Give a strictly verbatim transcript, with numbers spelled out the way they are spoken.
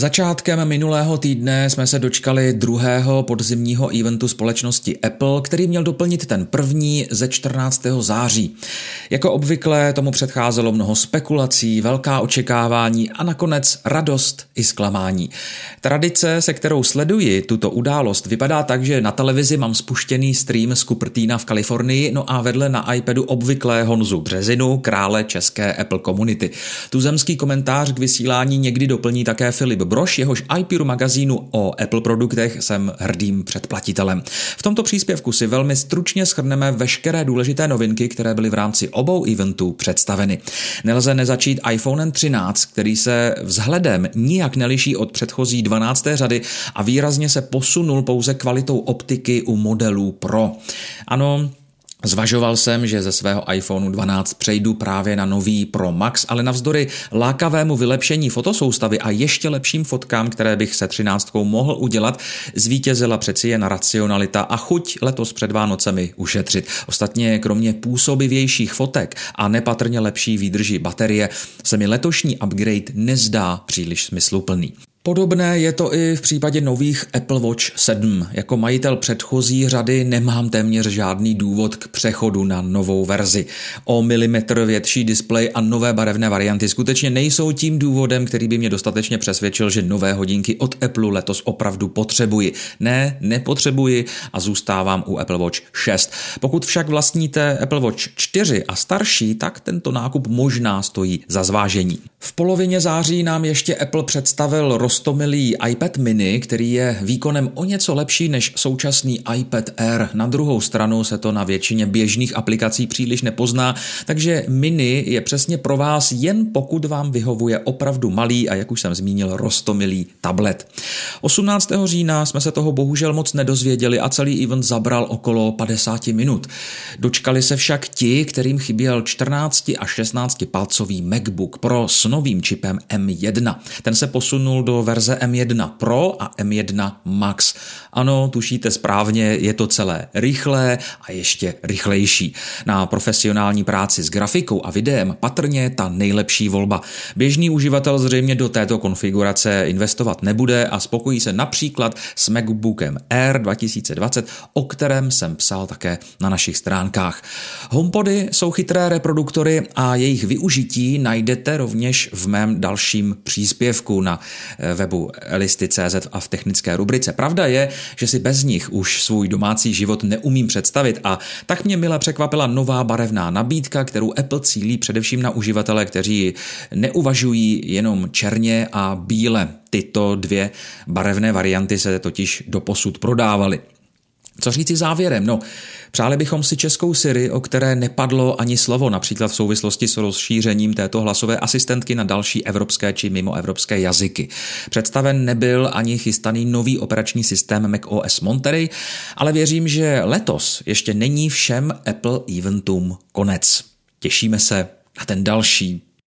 Začátkem minulého týdne jsme se dočkali druhého podzimního eventu společnosti Apple, který měl doplnit ten první ze čtrnáctého září. Jako obvykle tomu předcházelo mnoho spekulací, velká očekávání a nakonec radost i zklamání. Tradice, se kterou sleduji tuto událost, vypadá tak, že na televizi mám spuštěný stream z Cupertina v Kalifornii, no a vedle na iPadu obvykle Honzu Březinu, krále české Apple komunity. Tuzemský komentář k vysílání někdy doplní také Filip Brož, jehož iPeer magazínu o Apple produktech jsem hrdým předplatitelem. V tomto příspěvku si velmi stručně shrneme veškeré důležité novinky, které byly v rámci obou eventů představeny. Nelze nezačít iPhonem třináct, který se vzhledem nijak neliší od předchozí dvanácté řady a výrazně se posunul pouze kvalitou optiky u modelů Pro. Ano, zvažoval jsem, že ze svého iPhoneu dvanáct přejdu právě na nový Pro Max, ale navzdory lákavému vylepšení fotosoustavy a ještě lepším fotkám, které bych se třináctkou mohl udělat, zvítězila přeci jen racionalita a chuť letos před Vánocemi ušetřit. Ostatně kromě působivějších fotek a nepatrně lepší výdrži baterie se mi letošní upgrade nezdá příliš smysluplný. Podobné je to i v případě nových Apple Watch sedm. Jako majitel předchozí řady nemám téměř žádný důvod k přechodu na novou verzi. O milimetr větší displej a nové barevné varianty skutečně nejsou tím důvodem, který by mě dostatečně přesvědčil, že nové hodinky od Apple letos opravdu potřebuji. Ne, nepotřebuji a zůstávám u Apple Watch šest. Pokud však vlastníte Apple Watch čtyři a starší, tak tento nákup možná stojí za zvážení. V polovině září nám ještě Apple představil roztomilý iPad mini, který je výkonem o něco lepší než současný iPad Air. Na druhou stranu se to na většině běžných aplikací příliš nepozná, takže mini je přesně pro vás jen pokud vám vyhovuje opravdu malý a jak už jsem zmínil roztomilý tablet. osmnáctého října jsme se toho bohužel moc nedozvěděli a celý event zabral okolo padesát minut. Dočkali se však ti, kterým chyběl čtrnácti a šestnácti palcový MacBook Pro s novým čipem M jedna. Ten se posunul do verze M jedna Pro a M jedna Max. Ano, tušíte správně, je to celé rychlé a ještě rychlejší. Na profesionální práci s grafikou a videem patrně ta nejlepší volba. Běžný uživatel zřejmě do této konfigurace investovat nebude a spokojí se například s MacBookem Air dva tisíce dvacet, o kterém jsem psal také na našich stránkách. HomePody jsou chytré reproduktory a jejich využití najdete rovněž v mém dalším příspěvku na webu listy tečka cé zet a v technické rubrice. Pravda je, že si bez nich už svůj domácí život neumím představit a tak mě mile překvapila nová barevná nabídka, kterou Apple cílí především na uživatele, kteří neuvažují jenom černě a bíle. Tyto dvě barevné varianty se totiž doposud prodávaly. Co říci závěrem? No, přáli bychom si českou Siri, o které nepadlo ani slovo, například v souvislosti s rozšířením této hlasové asistentky na další evropské či mimoevropské jazyky. Představen nebyl ani chystaný nový operační systém macOS Monterey, ale věřím, že letos ještě není všem Apple eventům konec. Těšíme se na ten další.